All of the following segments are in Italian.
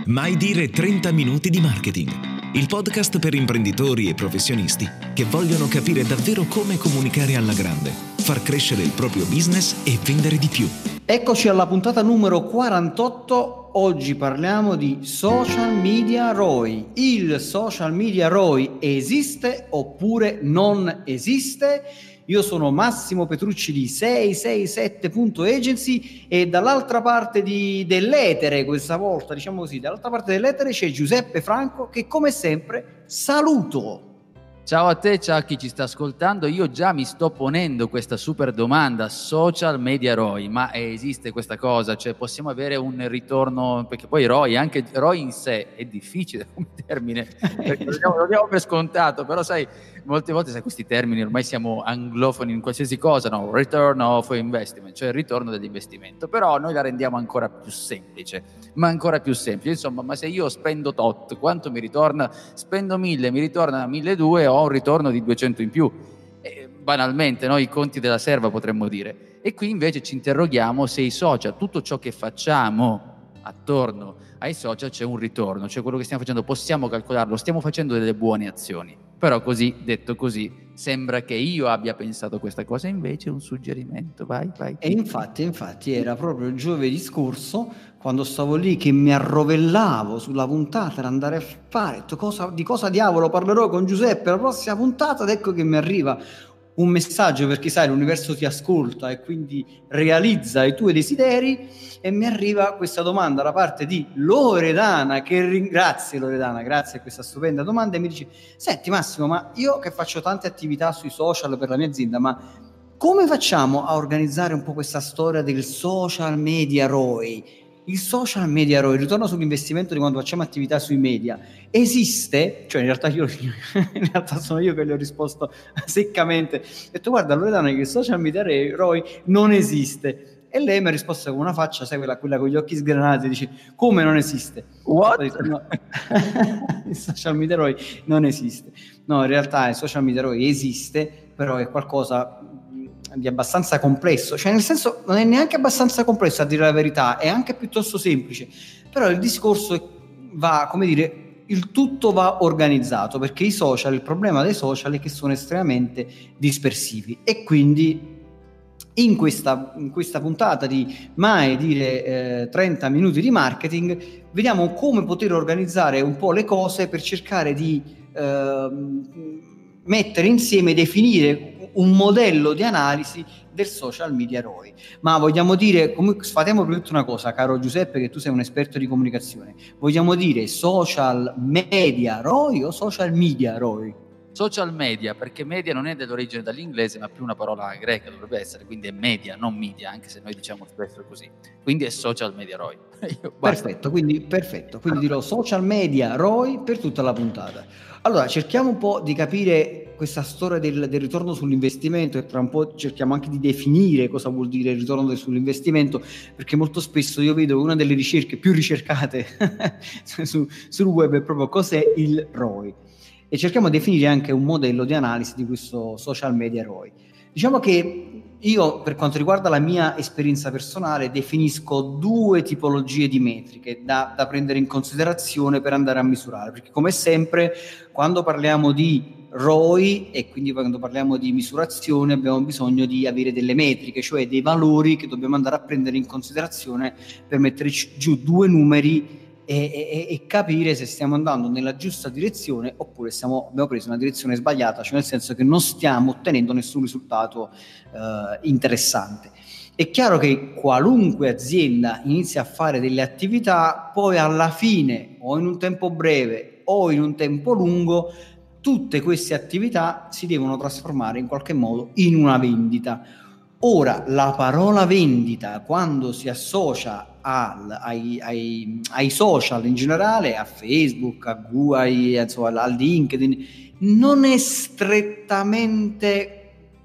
Mai dire 30 minuti di marketing. Il podcast per imprenditori e professionisti che vogliono capire davvero come comunicare alla grande, far crescere il proprio business e vendere di più. Eccoci alla puntata numero 48. Oggi parliamo di social media ROI. Il social media ROI esiste oppure non esiste? Io sono Massimo Petrucci di 667.agency e dall'altra parte dell'etere, questa volta diciamo così, dall'altra parte dell'etere c'è Giuseppe Franco che come sempre saluto. Ciao a te, ciao a chi ci sta ascoltando. Io già mi sto ponendo questa super domanda: social media ROI, ma esiste questa cosa? Cioè possiamo avere un ritorno? Perché poi ROI, anche ROI in sé è difficile come termine, perché lo diamo per scontato, però sai, molte volte sai, questi termini ormai siamo anglofoni in qualsiasi cosa, no? Return of investment, cioè il ritorno dell'investimento, però noi la rendiamo ancora più semplice, insomma, ma se io spendo tot, quanto mi ritorna? Spendo 1000, mi ritorna 1200, ho un ritorno di 200 in più, banalmente, no? I conti della serva potremmo dire. E qui invece ci interroghiamo se i social, tutto ciò che facciamo attorno ai social c'è un ritorno, cioè quello che stiamo facendo possiamo calcolarlo, stiamo facendo delle buone azioni, però così, detto così, sembra che io abbia pensato questa cosa, invece è un suggerimento, vai. E infatti era proprio giovedì scorso, quando stavo lì che mi arrovellavo sulla puntata per andare a fare, di cosa diavolo parlerò con Giuseppe la prossima puntata, ed ecco che mi arriva un messaggio, perché sai, l'universo ti ascolta e quindi realizza i tuoi desideri, e mi arriva questa domanda da parte di Loredana, grazie Loredana, grazie a questa stupenda domanda, e mi dice: senti Massimo, ma io che faccio tante attività sui social per la mia azienda, ma come facciamo a organizzare un po' questa storia del social media ROI? Il social media ROI, il ritorno sull'investimento di quando facciamo attività sui media, esiste? Cioè in realtà sono io che le ho risposto seccamente. Ho detto: guarda Loredana, che il social media ROI non esiste. E lei mi ha risposto con una faccia, sai, quella con gli occhi sgranati, dice: come non esiste? What? Ho detto, no. Il social media ROI non esiste. No, in realtà il social media ROI esiste, però è qualcosa di abbastanza complesso, cioè nel senso non è neanche abbastanza complesso, a dire la verità, è anche piuttosto semplice, però il discorso va, come dire, il tutto va organizzato, perché il problema dei social è che sono estremamente dispersivi, e quindi in questa puntata di Mai dire 30 minuti di marketing vediamo come poter organizzare un po' le cose per cercare di mettere insieme, definire un modello di analisi del social media ROI. Ma vogliamo dire, sfatiamo prima di tutto una cosa, caro Giuseppe, che tu sei un esperto di comunicazione, vogliamo dire social media ROI o social media ROI? Social media, perché media non è dell'origine dall'inglese, ma più una parola greca dovrebbe essere, quindi è media, non media, anche se noi diciamo spesso così. Quindi è social media ROI. Perfetto, quindi dirò social media ROI per tutta la puntata. Allora, cerchiamo un po' di capire questa storia del ritorno sull'investimento, e tra un po' cerchiamo anche di definire cosa vuol dire il ritorno sull'investimento, perché molto spesso io vedo una delle ricerche più ricercate sul web è proprio cos'è il ROI. E cerchiamo di definire anche un modello di analisi di questo social media ROI. Diciamo che io, per quanto riguarda la mia esperienza personale, definisco due tipologie di metriche da prendere in considerazione per andare a misurare, perché come sempre quando parliamo di ROI e quindi quando parliamo di misurazione abbiamo bisogno di avere delle metriche, cioè dei valori che dobbiamo andare a prendere in considerazione per mettere giù due numeri e capire se stiamo andando nella giusta direzione oppure abbiamo preso una direzione sbagliata, cioè nel senso che non stiamo ottenendo nessun risultato interessante. È chiaro che qualunque azienda inizia a fare delle attività, poi alla fine, o in un tempo breve o in un tempo lungo, tutte queste attività si devono trasformare in qualche modo in una vendita. Ora, la parola vendita, quando si associa ai social in generale, a Facebook, a Google, insomma, a LinkedIn, non è strettamente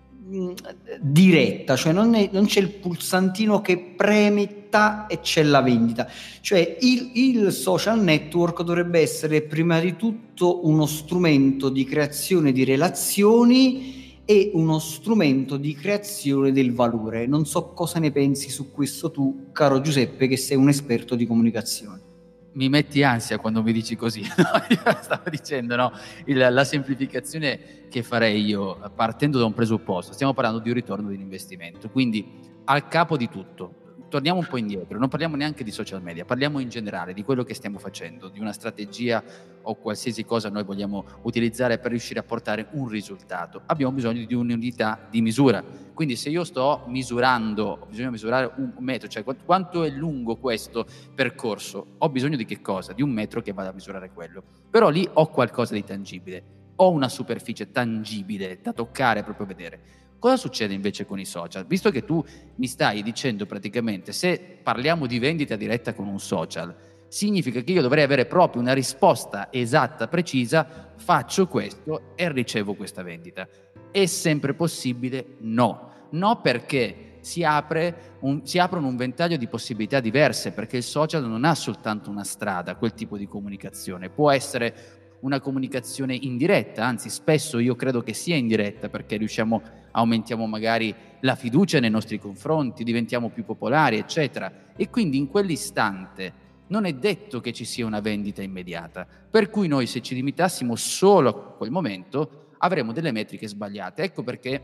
diretta, cioè non c'è il pulsantino che premi e c'è la vendita, cioè il social network dovrebbe essere prima di tutto uno strumento di creazione di relazioni e uno strumento di creazione del valore. Non so cosa ne pensi su questo tu, caro Giuseppe, che sei un esperto di comunicazione. mi metti ansia quando mi dici così, no? Io stavo dicendo, no? La semplificazione che farei io, partendo da un presupposto, stiamo parlando di un ritorno di un investimento, quindi al capo di tutto, torniamo un po' indietro, non parliamo neanche di social media, parliamo in generale di quello che stiamo facendo, di una strategia o qualsiasi cosa noi vogliamo utilizzare per riuscire a portare un risultato. Abbiamo bisogno di un'unità di misura, quindi se io sto misurando, bisogna misurare un metro, cioè quanto è lungo questo percorso, ho bisogno di che cosa? Di un metro che vada a misurare quello, però lì ho qualcosa di tangibile, ho una superficie tangibile da toccare, proprio vedere. Cosa succede invece con i social? Visto che tu mi stai dicendo praticamente, se parliamo di vendita diretta con un social, significa che io dovrei avere proprio una risposta esatta, precisa, faccio questo e ricevo questa vendita. È sempre possibile? No. No, perché si aprono un ventaglio di possibilità diverse, perché il social non ha soltanto una strada, quel tipo di comunicazione. Può essere una comunicazione indiretta, anzi spesso io credo che sia indiretta, perché aumentiamo magari la fiducia nei nostri confronti, diventiamo più popolari, eccetera, e quindi in quell'istante non è detto che ci sia una vendita immediata, per cui noi, se ci limitassimo solo a quel momento, avremo delle metriche sbagliate. Ecco perché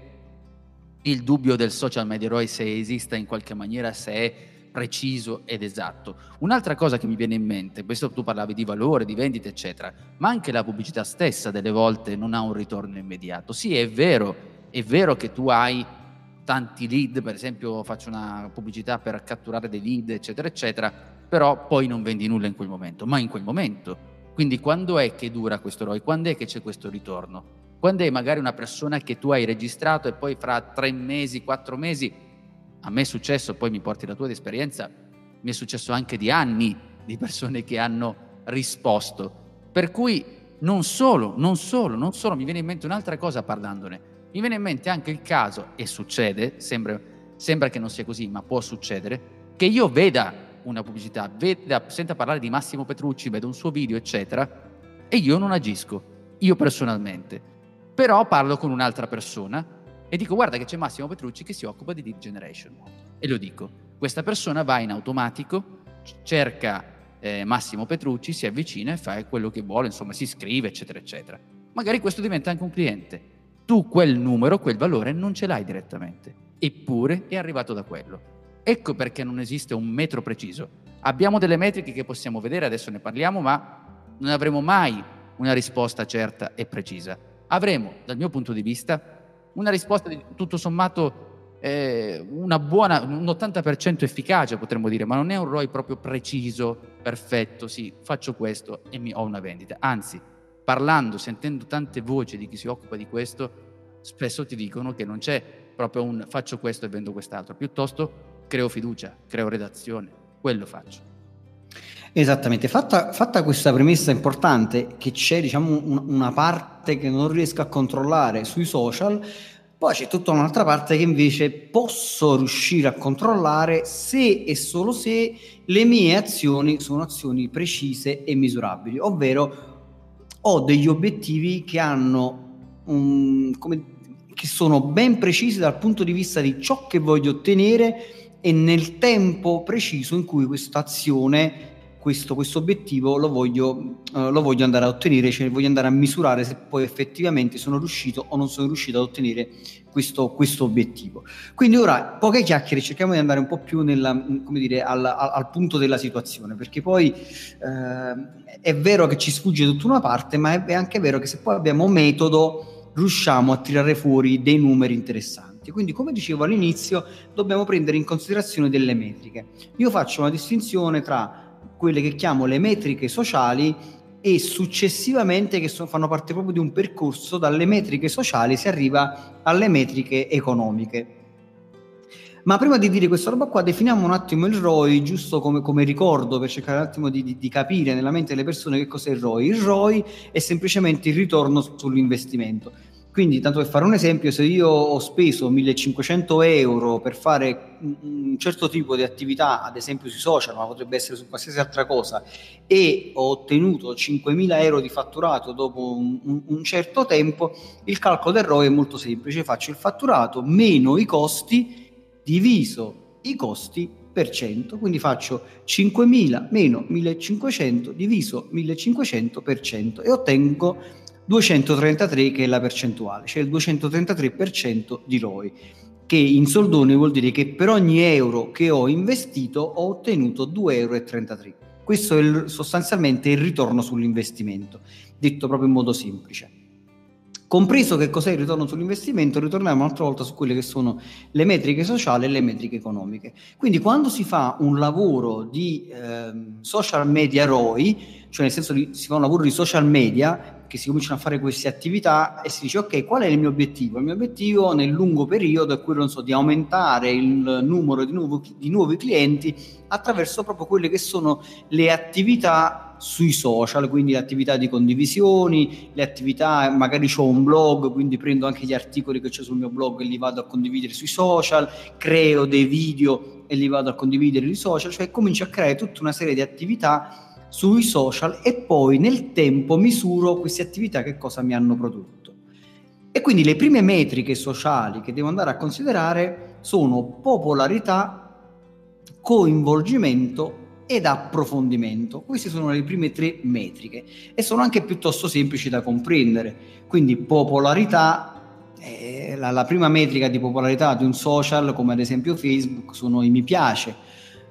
il dubbio del social media ROI, se esista in qualche maniera, se è preciso ed esatto. Un'altra cosa che mi viene in mente, questo tu parlavi di valore, di vendita, eccetera, ma anche la pubblicità stessa delle volte non ha un ritorno immediato. Sì, è vero che tu hai tanti lead, per esempio faccio una pubblicità per catturare dei lead, eccetera, eccetera, però poi non vendi nulla in quel momento, ma in quel momento. Quindi quando è che dura questo ROI? Quando è che c'è questo ritorno? Quando è magari una persona che tu hai registrato e poi fra 3 mesi, 4 mesi, a me è successo, poi mi porti la tua esperienza, mi è successo anche di anni di persone che hanno risposto. Per cui non solo, mi viene in mente un'altra cosa parlandone. Mi viene in mente anche il caso, e succede, sembra che non sia così, ma può succedere, che io veda una pubblicità, senta parlare di Massimo Petrucci, vedo un suo video, eccetera, e io non agisco, io personalmente. Però parlo con un'altra persona e dico: guarda che c'è Massimo Petrucci che si occupa di lead generation, e lo dico. Questa persona va in automatico, cerca Massimo Petrucci, si avvicina e fa quello che vuole, insomma si iscrive, eccetera eccetera. Magari questo diventa anche un cliente. Tu quel numero, quel valore non ce l'hai direttamente, eppure è arrivato da quello. Ecco perché non esiste un metro preciso. Abbiamo delle metriche che possiamo vedere, adesso ne parliamo, ma non avremo mai una risposta certa e precisa. Avremo, dal mio punto di vista, una risposta di tutto sommato una buona, un 80% efficace, potremmo dire, ma non è un ROI proprio preciso, perfetto, sì, faccio questo e ho una vendita. Anzi, parlando, sentendo tante voci di chi si occupa di questo, spesso ti dicono che non c'è proprio un faccio questo e vendo quest'altro, piuttosto creo fiducia, creo redazione, quello faccio. Esattamente, fatta questa premessa importante che c'è, diciamo, una parte che non riesco a controllare sui social, poi c'è tutta un'altra parte che invece posso riuscire a controllare se e solo se le mie azioni sono azioni precise e misurabili, ovvero ho degli obiettivi che hanno che sono ben precisi dal punto di vista di ciò che voglio ottenere e nel tempo preciso in cui questa azione, questo obiettivo lo voglio andare a ottenere, cioè voglio andare a misurare se poi effettivamente sono riuscito o non sono riuscito ad ottenere questo obiettivo. Quindi ora, poche chiacchiere, cerchiamo di andare un po' più al punto della situazione, perché poi è vero che ci sfugge tutta una parte, ma è anche vero che se poi abbiamo metodo riusciamo a tirare fuori dei numeri interessanti. Quindi, come dicevo all'inizio, dobbiamo prendere in considerazione delle metriche. Io faccio una distinzione tra quelle che chiamo le metriche sociali e successivamente che fanno parte proprio di un percorso. Dalle metriche sociali si arriva alle metriche economiche. Ma prima di dire questa roba qua, definiamo un attimo il ROI, giusto come ricordo, per cercare un attimo di capire nella mente delle persone che cos'è il ROI. Il ROI è semplicemente il ritorno sull'investimento. Quindi, tanto per fare un esempio, se io ho speso 1.500 euro per fare un certo tipo di attività, ad esempio sui social, ma potrebbe essere su qualsiasi altra cosa, e ho ottenuto 5.000 euro di fatturato dopo un certo tempo, il calcolo del ROI è molto semplice. Faccio il fatturato meno i costi diviso i costi 1500%, quindi faccio 5.000 meno 1.500 diviso 1.500% e ottengo 233, che è la percentuale, cioè il 233% di ROI, che in soldoni vuol dire che per ogni euro che ho investito ho ottenuto 2,33 euro. Questo è sostanzialmente il ritorno sull'investimento, detto proprio in modo semplice. Compreso che cos'è il ritorno sull'investimento, ritorniamo un'altra volta su quelle che sono le metriche sociali e le metriche economiche. Quindi quando si fa un lavoro di social media ROI, cioè nel senso si fa un lavoro di social media, che si cominciano a fare queste attività e si dice ok, qual è il mio obiettivo? Il mio obiettivo nel lungo periodo è quello, non so, di aumentare il numero di nuovi clienti attraverso proprio quelle che sono le attività sui social, quindi le attività di condivisioni, le attività, magari c'ho un blog, quindi prendo anche gli articoli che c'è sul mio blog e li vado a condividere sui social, creo dei video e li vado a condividere sui social, cioè comincio a creare tutta una serie di attività sui social e poi nel tempo misuro queste attività che cosa mi hanno prodotto. E quindi le prime metriche sociali che devo andare a considerare sono popolarità, coinvolgimento ed approfondimento. Queste sono le prime 3 metriche e sono anche piuttosto semplici da comprendere. Quindi popolarità, la prima metrica di popolarità di un social, come ad esempio Facebook, sono i mi piace,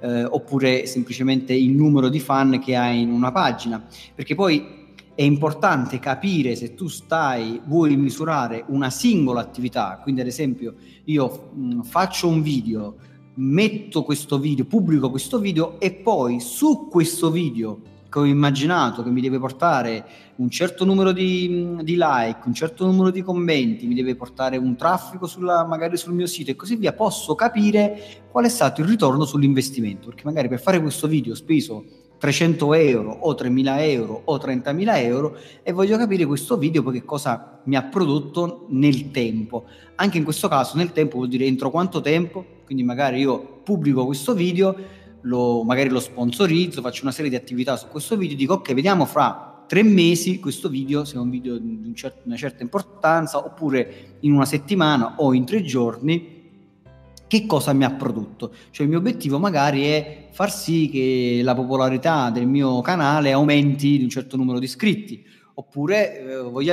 oppure semplicemente il numero di fan che hai in una pagina, perché poi è importante capire se tu vuoi misurare una singola attività. Quindi ad esempio io faccio un video, metto questo video, pubblico questo video e poi su questo video che ho immaginato che mi deve portare un certo numero di like, un certo numero di commenti, mi deve portare un traffico magari sul mio sito e così via, posso capire qual è stato il ritorno sull'investimento, perché magari per fare questo video ho speso 300 euro o 3.000 euro o 30.000 euro e voglio capire questo video poi che cosa mi ha prodotto nel tempo. Anche in questo caso nel tempo vuol dire entro quanto tempo, quindi magari io pubblico questo video, magari lo sponsorizzo, faccio una serie di attività su questo video, dico ok, vediamo fra 3 mesi questo video, se è un video di una certa importanza, oppure in una settimana o in 3 giorni, che cosa mi ha prodotto. Cioè il mio obiettivo magari è far sì che la popolarità del mio canale aumenti di un certo numero di iscritti, oppure voglio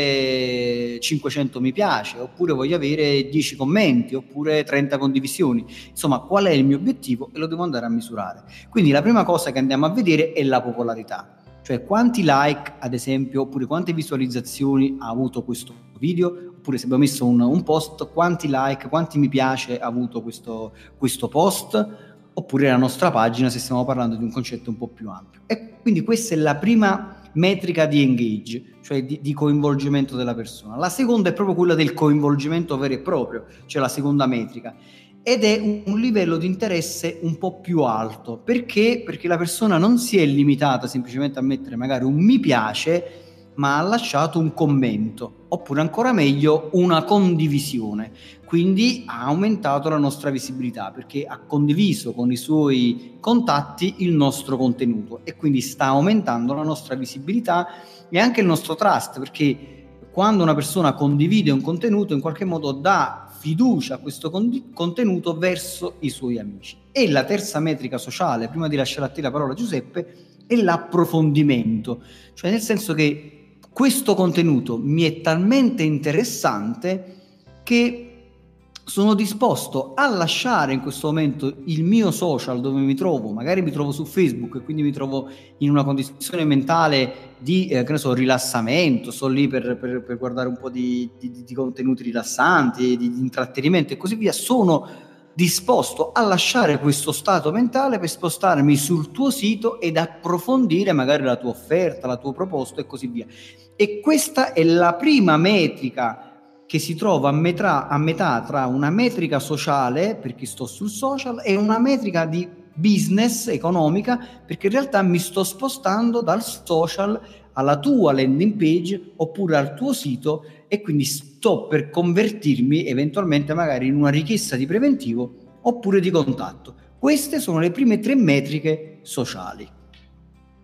avere 500 mi piace, oppure voglio avere 10 commenti, oppure 30 condivisioni. Insomma, qual è il mio obiettivo e lo devo andare a misurare. Quindi la prima cosa che andiamo a vedere è la popolarità, cioè quanti like ad esempio, oppure quante visualizzazioni ha avuto questo video, oppure se abbiamo messo un post, quanti like, quanti mi piace ha avuto questo post, oppure la nostra pagina se stiamo parlando di un concetto un po' più ampio. E quindi questa è la prima metrica di engage, cioè di coinvolgimento della persona. La seconda è proprio quella del coinvolgimento vero e proprio, cioè la seconda metrica, ed è un livello di interesse un po' più alto. Perché? Perché la persona non si è limitata semplicemente a mettere magari un mi piace, ma ha lasciato un commento, oppure ancora meglio una condivisione. Quindi ha aumentato la nostra visibilità perché ha condiviso con i suoi contatti il nostro contenuto e quindi sta aumentando la nostra visibilità e anche il nostro trust, perché quando una persona condivide un contenuto in qualche modo dà fiducia a questo contenuto verso i suoi amici. E la terza metrica sociale, prima di lasciare a te la parola Giuseppe, è l'approfondimento, cioè nel senso che questo contenuto mi è talmente interessante che sono disposto a lasciare in questo momento il mio social dove mi trovo, magari mi trovo su Facebook e quindi mi trovo in una condizione mentale di che ne so, rilassamento, sto lì per guardare un po' di contenuti rilassanti, di intrattenimento e così via, sono disposto a lasciare questo stato mentale per spostarmi sul tuo sito ed approfondire magari la tua offerta, la tua proposta e così via. E questa è la prima metrica che si trova a metà tra una metrica sociale, perché sto sul social, e una metrica di business economica, perché in realtà mi sto spostando dal social alla tua landing page oppure al tuo sito e quindi sto per convertirmi eventualmente magari in una richiesta di preventivo oppure di contatto. Queste sono le prime 3 metriche sociali.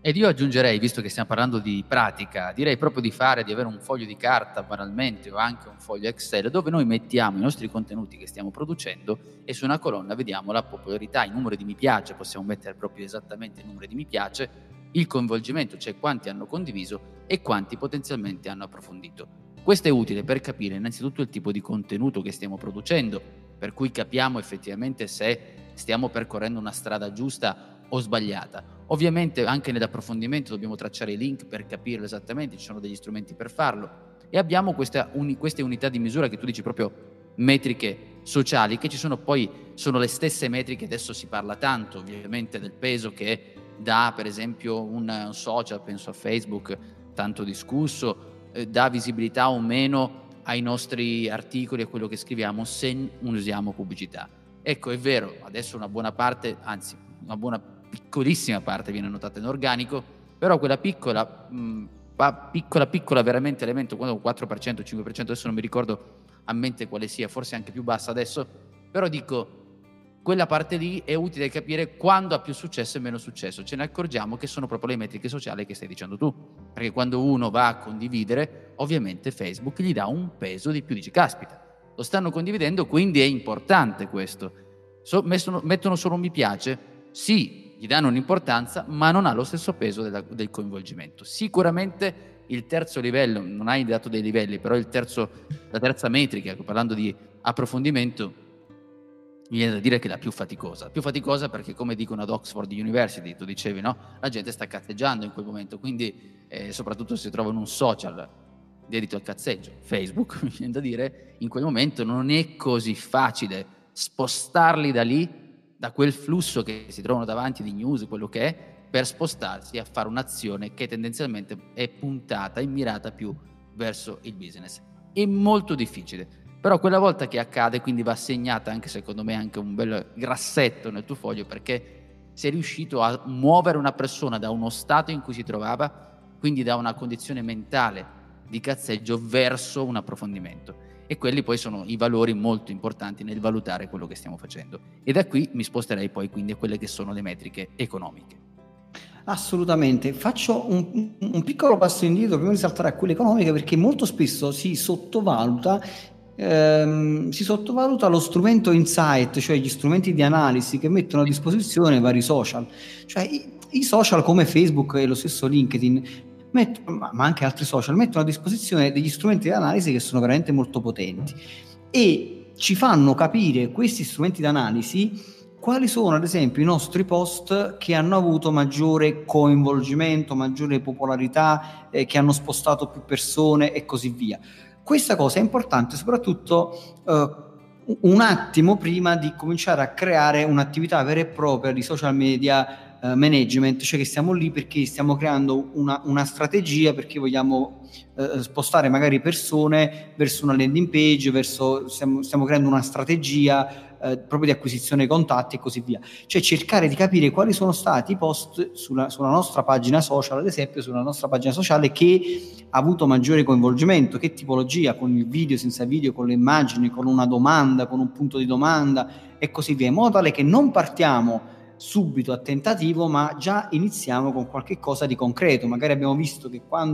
Ed io aggiungerei, visto che stiamo parlando di pratica, direi proprio di avere un foglio di carta banalmente o anche un foglio Excel dove noi mettiamo i nostri contenuti che stiamo producendo e su una colonna vediamo la popolarità, i numeri di mi piace, possiamo mettere proprio esattamente i numeri di mi piace, il coinvolgimento, cioè quanti hanno condiviso e quanti potenzialmente hanno approfondito. Questo è utile per capire innanzitutto il tipo di contenuto che stiamo producendo, per cui capiamo effettivamente se stiamo percorrendo una strada giusta o sbagliata. Ovviamente anche nell'approfondimento dobbiamo tracciare i link per capirlo esattamente, ci sono degli strumenti per farlo e abbiamo queste unità di misura che tu dici proprio metriche sociali, che sono le stesse metriche. Adesso si parla tanto ovviamente del peso che dà per esempio un social, penso a Facebook, tanto discusso, dà visibilità o meno ai nostri articoli, a quello che scriviamo, se usiamo pubblicità. Ecco, è vero, adesso una buona parte, anzi una buona piccolissima parte viene notata in organico, però quella piccola veramente elemento, quando 4%, 5%, adesso non mi ricordo a mente quale sia, forse anche più bassa adesso, però dico, quella parte lì è utile capire quando ha più successo e meno successo. Ce ne accorgiamo che sono proprio le metriche sociali che stai dicendo tu, perché quando uno va a condividere, ovviamente Facebook gli dà un peso di più, dice caspita, lo stanno condividendo, quindi è importante questo. Mettono solo un mi piace? Sì, gli danno un'importanza, ma non ha lo stesso peso del coinvolgimento. Sicuramente il terzo livello, non hai dato dei livelli, però la terza metrica, parlando di approfondimento, mi viene da dire che è la più faticosa perché, come dicono ad Oxford University, tu dicevi, no? La gente sta cazzeggiando in quel momento, quindi soprattutto se si trova in un social dedito al cazzeggio, Facebook, mi viene da dire, in quel momento non è così facile spostarli da lì, da quel flusso che si trovano davanti di news, quello che è, per spostarsi a fare un'azione che tendenzialmente è puntata e mirata più verso il business. È molto difficile, però quella volta che accade, quindi va segnata anche secondo me anche un bel grassetto nel tuo foglio, perché sei riuscito a muovere una persona da uno stato in cui si trovava, quindi da una condizione mentale di cazzeggio verso un approfondimento. E quelli poi sono i valori molto importanti nel valutare quello che stiamo facendo. E da qui mi sposterei poi quindi a quelle che sono le metriche economiche. Assolutamente. Faccio un piccolo passo indietro prima di saltare a quelle economiche, perché molto spesso si sottovaluta lo strumento insight, cioè gli strumenti di analisi che mettono a disposizione vari social. Cioè i social come Facebook e lo stesso LinkedIn, ma anche altri social, mettono a disposizione degli strumenti di analisi che sono veramente molto potenti e ci fanno capire, questi strumenti di analisi, quali sono ad esempio i nostri post che hanno avuto maggiore coinvolgimento, maggiore popolarità, che hanno spostato più persone e così via. Questa cosa è importante soprattutto un attimo prima di cominciare a creare un'attività vera e propria di social media management, cioè che stiamo lì perché stiamo creando una strategia, perché vogliamo spostare magari persone verso una landing page, stiamo creando una strategia proprio di acquisizione contatti e così via. Cioè cercare di capire quali sono stati i post sulla nostra pagina social, ad esempio sulla nostra pagina sociale, che ha avuto maggiore coinvolgimento, che tipologia, con il video, senza video, con le immagini, con una domanda, con un punto di domanda e così via, in modo tale che non partiamo subito a tentativo, ma già iniziamo con qualche cosa di concreto. Magari abbiamo visto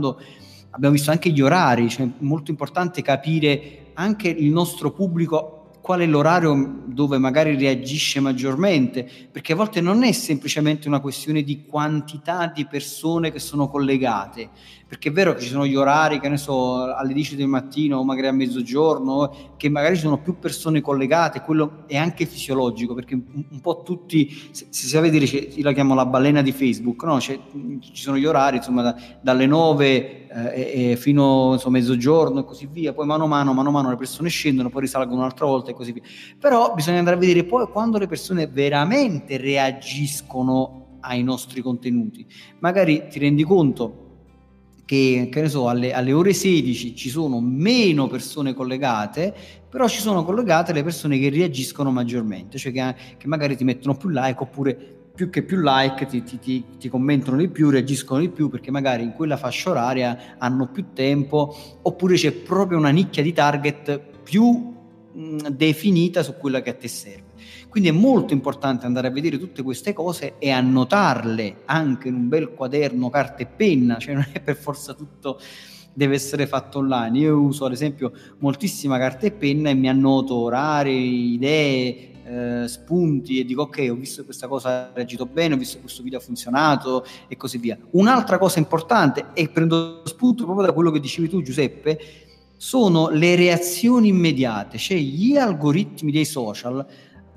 anche gli orari, cioè è molto importante capire anche il nostro pubblico, qual è l'orario dove magari reagisce maggiormente, perché a volte non è semplicemente una questione di quantità di persone che sono collegate, perché è vero che ci sono gli orari, che ne so, alle 10 del mattino o magari a mezzogiorno, che magari ci sono più persone collegate, quello è anche fisiologico, perché un po' tutti, se si sa vedere, io la chiamo la balena di Facebook, no? Ci sono gli orari, insomma, dalle 9 fino a mezzogiorno e così via, poi mano a mano le persone scendono, poi risalgono un'altra volta e così via. Però bisogna andare a vedere poi quando le persone veramente reagiscono ai nostri contenuti. Magari ti rendi conto che ne so, alle ore 16 ci sono meno persone collegate, però ci sono collegate le persone che reagiscono maggiormente, cioè che magari ti mettono più like, oppure più like ti commentano di più, reagiscono di più, perché magari in quella fascia oraria hanno più tempo, oppure c'è proprio una nicchia di target più definita su quella che a te serve. Quindi è molto importante andare a vedere tutte queste cose e annotarle anche in un bel quaderno, carta e penna, cioè non è per forza tutto deve essere fatto online. Io uso ad esempio moltissima carta e penna e mi annoto orari, idee, spunti e dico ok, ho visto che questa cosa ha reagito bene, ho visto che questo video ha funzionato e così via. Un'altra cosa importante, e prendo spunto proprio da quello che dicevi tu Giuseppe, sono le reazioni immediate, cioè gli algoritmi dei social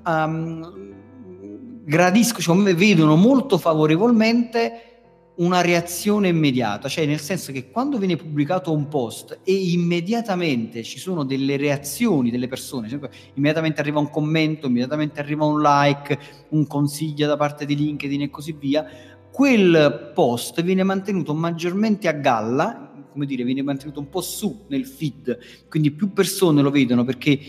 gradiscono, vedono molto favorevolmente una reazione immediata, cioè nel senso che quando viene pubblicato un post e immediatamente ci sono delle reazioni delle persone, cioè immediatamente arriva un commento, immediatamente arriva un like, un consiglio da parte di LinkedIn e così via, quel post viene mantenuto maggiormente a galla, come dire, viene mantenuto un po' su nel feed, quindi più persone lo vedono, perché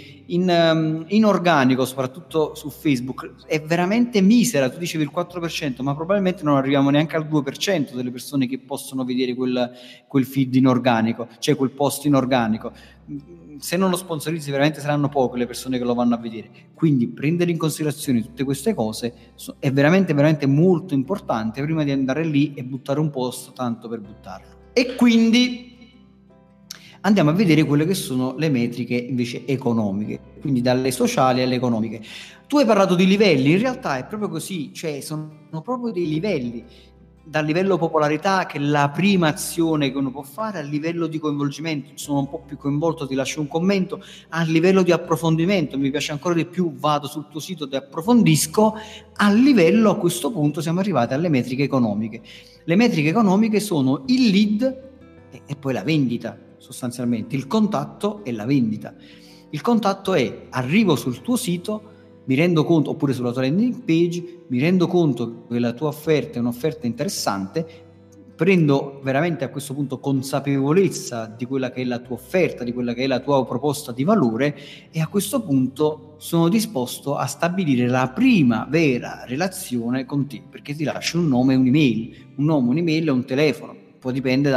in organico, soprattutto su Facebook, è veramente misera. Tu dicevi il 4%, ma probabilmente non arriviamo neanche al 2% delle persone che possono vedere quel feed in organico, cioè quel post in organico. Se non lo sponsorizzi veramente saranno poche le persone che lo vanno a vedere, quindi prendere in considerazione tutte queste cose è veramente veramente molto importante prima di andare lì e buttare un post tanto per buttarlo. E quindi andiamo a vedere quelle che sono le metriche invece economiche, quindi dalle sociali alle economiche. Tu hai parlato di livelli, in realtà è proprio così, cioè sono proprio dei livelli, dal livello popolarità, che è la prima azione che uno può fare, al livello di coinvolgimento, sono un po' più coinvolto, ti lascio un commento, al livello di approfondimento, mi piace ancora di più, vado sul tuo sito, ti approfondisco, al livello, a questo punto siamo arrivati alle metriche economiche. Le metriche economiche sono il lead e poi la vendita, sostanzialmente il contatto e la vendita. Il contatto è: arrivo sul tuo sito, mi rendo conto, oppure sulla tua landing page, mi rendo conto che la tua offerta è un'offerta interessante, prendo veramente a questo punto consapevolezza di quella che è la tua offerta, di quella che è la tua proposta di valore, e a questo punto sono disposto a stabilire la prima vera relazione con te, perché ti lascio un nome e un'email e un telefono. Poi dipende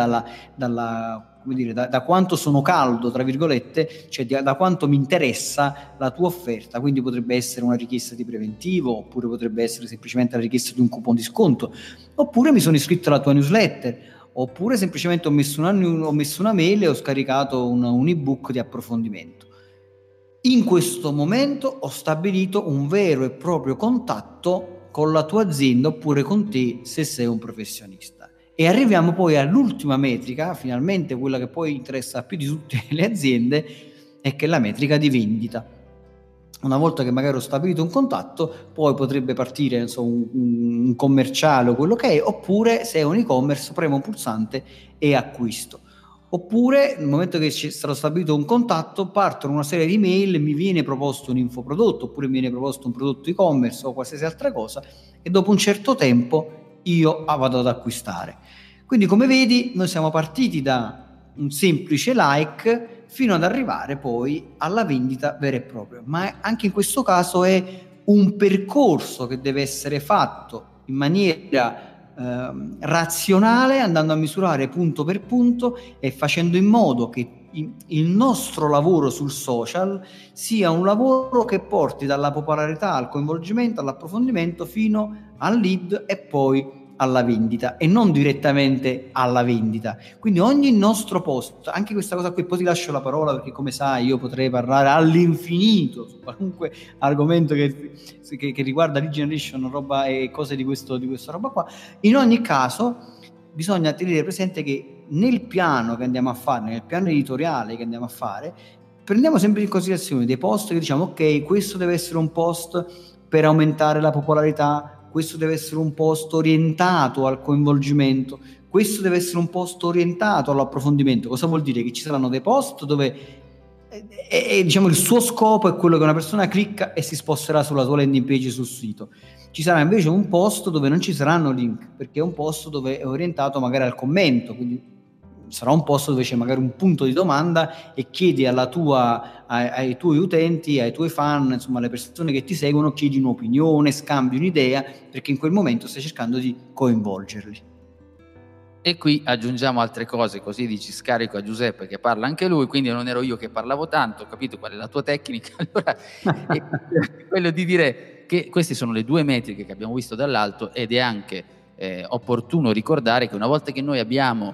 come dire, da quanto sono caldo, tra virgolette, cioè da quanto mi interessa la tua offerta. Quindi potrebbe essere una richiesta di preventivo, oppure potrebbe essere semplicemente la richiesta di un coupon di sconto, oppure mi sono iscritto alla tua newsletter, oppure semplicemente ho messo una mail e ho scaricato un ebook di approfondimento. In questo momento ho stabilito un vero e proprio contatto con la tua azienda, oppure con te se sei un professionista. E arriviamo poi all'ultima metrica, finalmente quella che poi interessa più di tutte le aziende, è che è la metrica di vendita. Una volta che magari ho stabilito un contatto, poi potrebbe partire un commerciale o quello che è, oppure se è un e-commerce premo un pulsante e acquisto. Oppure nel momento che c'è stato stabilito un contatto, partono una serie di mail, mi viene proposto un infoprodotto, oppure mi viene proposto un prodotto e-commerce o qualsiasi altra cosa, e dopo un certo tempo io vado ad acquistare. Quindi, come vedi, noi siamo partiti da un semplice like fino ad arrivare poi alla vendita vera e propria, ma anche in questo caso è un percorso che deve essere fatto in maniera razionale, andando a misurare punto per punto e facendo in modo che il nostro lavoro sul social sia un lavoro che porti dalla popolarità al coinvolgimento, all'approfondimento, fino al lead e poi alla vendita, e non direttamente alla vendita. Quindi ogni nostro post, anche questa cosa qui, poi ti lascio la parola perché come sai io potrei parlare all'infinito su qualunque argomento che riguarda lead generation, roba e cose di questa roba qua. In ogni caso bisogna tenere presente che nel piano che andiamo a fare, nel piano editoriale che andiamo a fare, prendiamo sempre in considerazione dei post che diciamo ok, questo deve essere un post per aumentare la popolarità, questo deve essere un post orientato al coinvolgimento, questo deve essere un post orientato all'approfondimento. Cosa vuol dire? Che ci saranno dei post dove diciamo il suo scopo è quello che una persona clicca e si sposterà sulla tua landing page sul sito. Ci sarà invece un post dove non ci saranno link, perché è un post dove è orientato magari al commento, quindi sarà un post dove c'è magari un punto di domanda e chiedi ai tuoi utenti, ai tuoi fan, insomma alle persone che ti seguono, chiedi un'opinione, scambi un'idea, perché in quel momento stai cercando di coinvolgerli. E qui aggiungiamo altre cose, così dici scarico a Giuseppe che parla anche lui, quindi non ero io che parlavo tanto, ho capito qual è la tua tecnica. Allora è quello di dire perché queste sono le due metriche che abbiamo visto dall'alto, ed è anche opportuno ricordare che una volta che noi abbiamo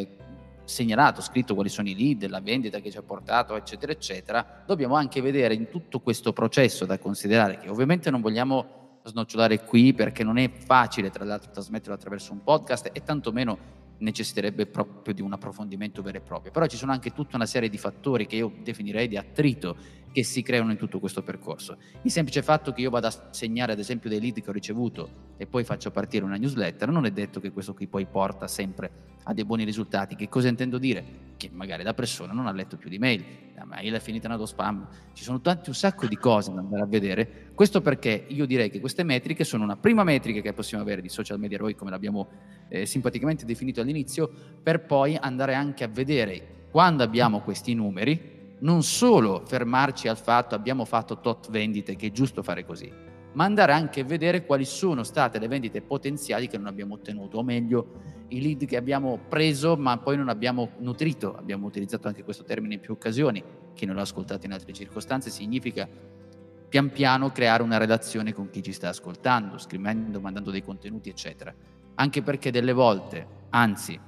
segnalato, scritto quali sono i lead, la vendita che ci ha portato, eccetera eccetera, dobbiamo anche vedere in tutto questo processo, da considerare che ovviamente non vogliamo snocciolare qui, perché non è facile tra l'altro trasmetterlo attraverso un podcast, e tantomeno necessiterebbe proprio di un approfondimento vero e proprio, però ci sono anche tutta una serie di fattori che io definirei di attrito che si creano in tutto questo percorso. Il semplice fatto che io vada a segnare ad esempio dei lead che ho ricevuto e poi faccio partire una newsletter non è detto che questo qui poi porta sempre a dei buoni risultati. Che cosa intendo dire? Che magari la persona non ha letto più di mail, la mail è finita nello spam, ci sono un sacco di cose da andare a vedere. Questo perché io direi che queste metriche sono una prima metrica che possiamo avere di Social Media ROI, come l'abbiamo simpaticamente definito all'inizio, per poi andare anche a vedere, quando abbiamo questi numeri, non solo fermarci al fatto abbiamo fatto tot vendite, che è giusto fare così, ma andare anche a vedere quali sono state le vendite potenziali che non abbiamo ottenuto, o meglio i lead che abbiamo preso ma poi non abbiamo nutrito. Abbiamo utilizzato anche questo termine in più occasioni, chi non l'ha ascoltato in altre circostanze. Significa pian piano creare una relazione con chi ci sta ascoltando, scrivendo, mandando dei contenuti eccetera, anche perché delle volte, anzi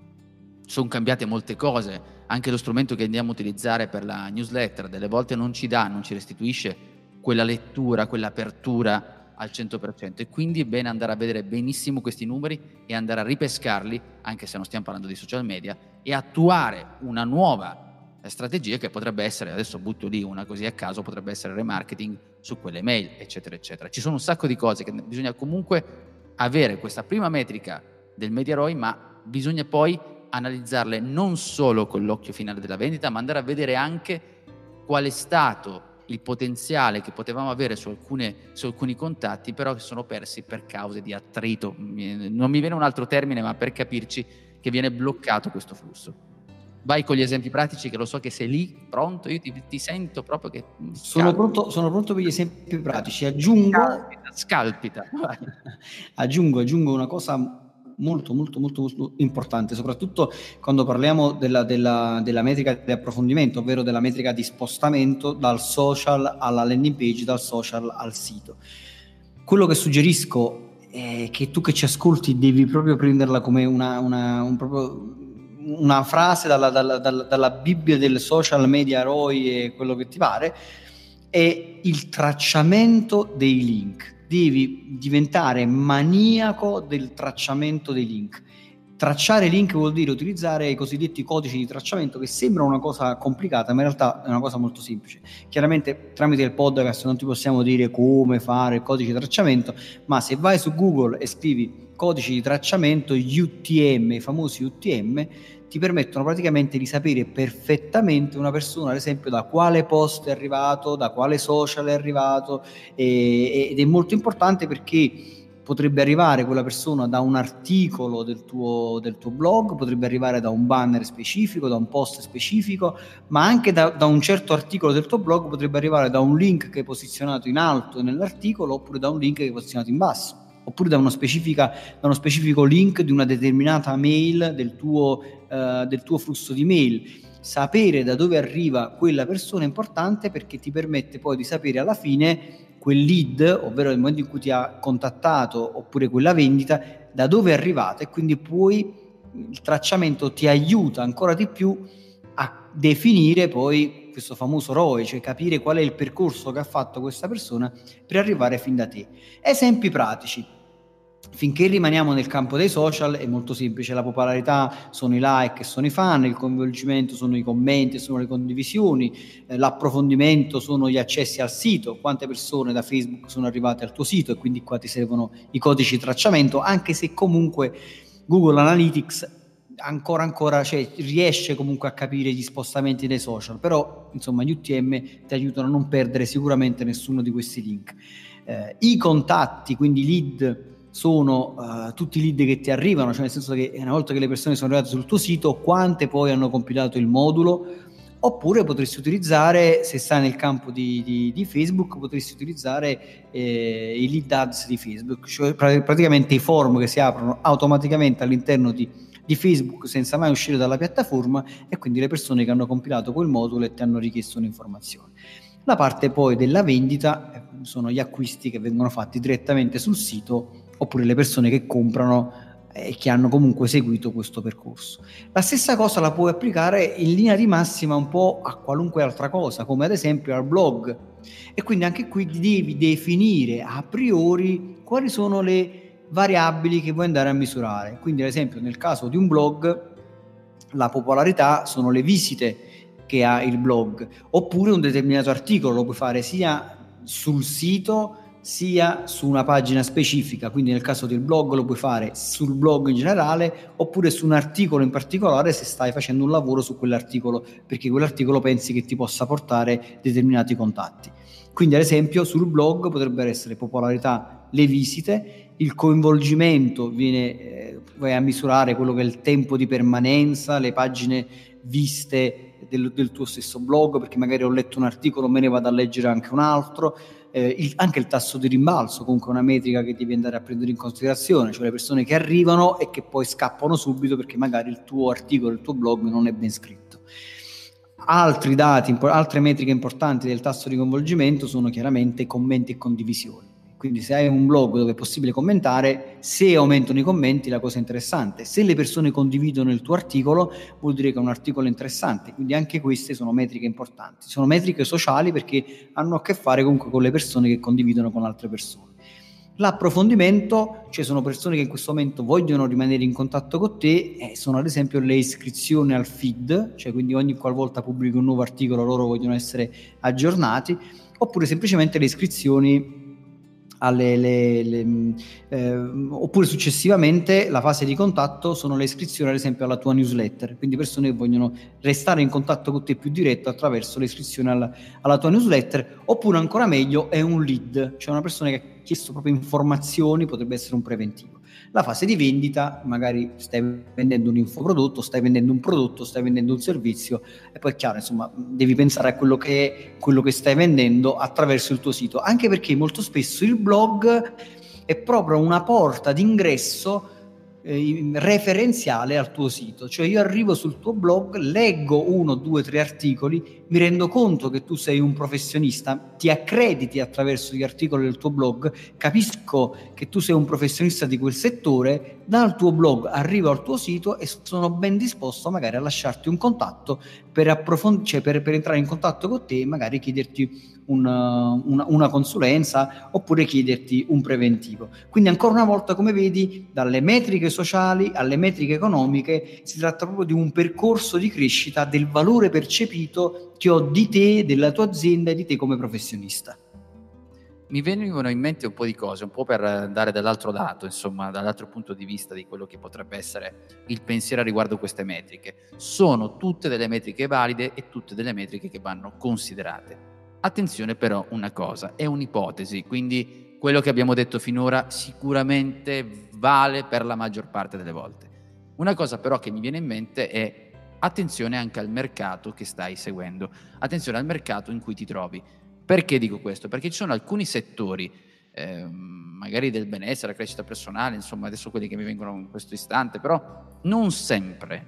sono cambiate molte cose, anche lo strumento che andiamo a utilizzare per la newsletter delle volte non ci restituisce quella lettura, quell'apertura al 100%, e quindi è bene andare a vedere benissimo questi numeri e andare a ripescarli, anche se non stiamo parlando di social media, e attuare una nuova strategia che potrebbe essere, adesso butto lì una così a caso, potrebbe essere remarketing su quelle mail, eccetera eccetera. Ci sono un sacco di cose che bisogna comunque avere questa prima metrica del Media ROI, ma bisogna poi analizzarle non solo con l'occhio finale della vendita, ma andare a vedere anche qual è stato il potenziale che potevamo avere su alcuni contatti, però che sono persi per cause di attrito. Non mi viene un altro termine, ma per capirci, che viene bloccato questo flusso. Vai con gli esempi pratici, che lo so che sei lì pronto, io ti sento proprio che sono pronto per gli esempi pratici. Aggiungo una cosa molto importante, soprattutto quando parliamo della metrica di approfondimento, ovvero della metrica di spostamento dal social alla landing page, dal social al sito. Quello che suggerisco è che tu che ci ascolti devi proprio prenderla come una frase dalla Bibbia del social media ROI e quello che ti pare, è il tracciamento dei link. Devi diventare maniaco del tracciamento dei link. Tracciare link vuol dire utilizzare i cosiddetti codici di tracciamento, che sembrano una cosa complicata, ma in realtà è una cosa molto semplice. Chiaramente tramite il podcast non ti possiamo dire come fare il codice di tracciamento, ma se vai su Google e scrivi codici di tracciamento, UTM, i famosi UTM, ti permettono praticamente di sapere perfettamente una persona, ad esempio, da quale post è arrivato, da quale social è arrivato, ed è molto importante perché potrebbe arrivare quella persona da un articolo del tuo blog, potrebbe arrivare da un banner specifico, da un post specifico, ma anche da un certo articolo del tuo blog potrebbe arrivare da un link che è posizionato in alto nell'articolo, oppure da un link che è posizionato in basso, oppure da uno specifico link di una determinata mail del tuo flusso di mail. Sapere da dove arriva quella persona è importante, perché ti permette poi di sapere alla fine quel lead, ovvero nel momento in cui ti ha contattato, oppure quella vendita, da dove è arrivata, e quindi poi il tracciamento ti aiuta ancora di più a definire poi questo famoso ROI, cioè capire qual è il percorso che ha fatto questa persona per arrivare fin da te. Esempi pratici. Finché rimaniamo nel campo dei social è molto semplice: la popolarità sono i like e sono i fan, il coinvolgimento sono i commenti e sono le condivisioni, l'approfondimento sono gli accessi al sito, quante persone da Facebook sono arrivate al tuo sito, e quindi qua ti servono i codici di tracciamento, anche se comunque Google Analytics ancora cioè, riesce comunque a capire gli spostamenti dei social, però insomma gli UTM ti aiutano a non perdere sicuramente nessuno di questi link. I contatti, quindi lead, sono tutti i lead che ti arrivano, cioè nel senso che una volta che le persone sono arrivate sul tuo sito, quante poi hanno compilato il modulo. Oppure potresti utilizzare, se stai nel campo di Facebook, potresti utilizzare i lead ads di Facebook, cioè praticamente i form che si aprono automaticamente all'interno di Facebook senza mai uscire dalla piattaforma, e quindi le persone che hanno compilato quel modulo e ti hanno richiesto un'informazione. La parte poi della vendita sono gli acquisti che vengono fatti direttamente sul sito, oppure le persone che comprano e che hanno comunque seguito questo percorso. La stessa cosa la puoi applicare in linea di massima un po' a qualunque altra cosa, come ad esempio al blog, e quindi anche qui devi definire a priori quali sono le variabili che vuoi andare a misurare. Quindi ad esempio nel caso di un blog la popolarità sono le visite che ha il blog, oppure un determinato articolo lo puoi fare sia sul sito sia su una pagina specifica, quindi nel caso del blog lo puoi fare sul blog in generale oppure su un articolo in particolare se stai facendo un lavoro su quell'articolo, perché quell'articolo pensi che ti possa portare determinati contatti. Quindi ad esempio sul blog potrebbero essere popolarità, le visite, il coinvolgimento vai a misurare quello che è il tempo di permanenza, le pagine viste del tuo stesso blog, perché magari ho letto un articolo, me ne vado a leggere anche un altro, anche il tasso di rimbalzo, comunque una metrica che devi andare a prendere in considerazione, cioè le persone che arrivano e che poi scappano subito perché magari il tuo articolo, il tuo blog non è ben scritto. Altri dati, altre metriche importanti del tasso di coinvolgimento sono chiaramente commenti e condivisioni. Quindi se hai un blog dove è possibile commentare, se aumentano i commenti la cosa è interessante, se le persone condividono il tuo articolo vuol dire che è un articolo interessante, quindi anche queste sono metriche importanti, sono metriche sociali perché hanno a che fare comunque con le persone che condividono con altre persone. L'approfondimento, cioè sono persone che in questo momento vogliono rimanere in contatto con te, sono ad esempio le iscrizioni al feed, cioè quindi ogni qualvolta pubblico un nuovo articolo loro vogliono essere aggiornati, oppure semplicemente le iscrizioni oppure successivamente la fase di contatto sono le iscrizioni ad esempio alla tua newsletter, quindi persone che vogliono restare in contatto con te più diretto attraverso le iscrizioni alla tua newsletter, oppure ancora meglio è un lead, cioè una persona che ha chiesto proprio informazioni, potrebbe essere un preventivo. La fase di vendita, magari stai vendendo un infoprodotto, stai vendendo un prodotto, stai vendendo un servizio, e poi è chiaro, insomma, devi pensare a quello che stai vendendo attraverso il tuo sito, anche perché molto spesso il blog è proprio una porta d'ingresso referenziale al tuo sito, cioè io arrivo sul tuo blog, leggo 1, 2, 3 articoli, mi rendo conto che tu sei un professionista, ti accrediti attraverso gli articoli del tuo blog, capisco che tu sei un professionista di quel settore, dal tuo blog arrivo al tuo sito e sono ben disposto magari a lasciarti un contatto per entrare in contatto con te e magari chiederti una consulenza oppure chiederti un preventivo. Quindi ancora una volta, come vedi, dalle metriche sociali alle metriche economiche si tratta proprio di un percorso di crescita del valore percepito che ho di te, della tua azienda e di te come professionista. Mi venivano in mente un po' di cose, un po' per dare dall'altro lato, insomma, dall'altro punto di vista di quello che potrebbe essere il pensiero riguardo queste metriche. Sono tutte delle metriche valide e tutte delle metriche che vanno considerate. Attenzione però una cosa, è un'ipotesi, quindi quello che abbiamo detto finora sicuramente vale per la maggior parte delle volte. Una cosa però che mi viene in mente è attenzione anche al mercato che stai seguendo, attenzione al mercato in cui ti trovi. Perché dico questo? Perché ci sono alcuni settori, magari del benessere, la crescita personale, insomma adesso quelli che mi vengono in questo istante, però non sempre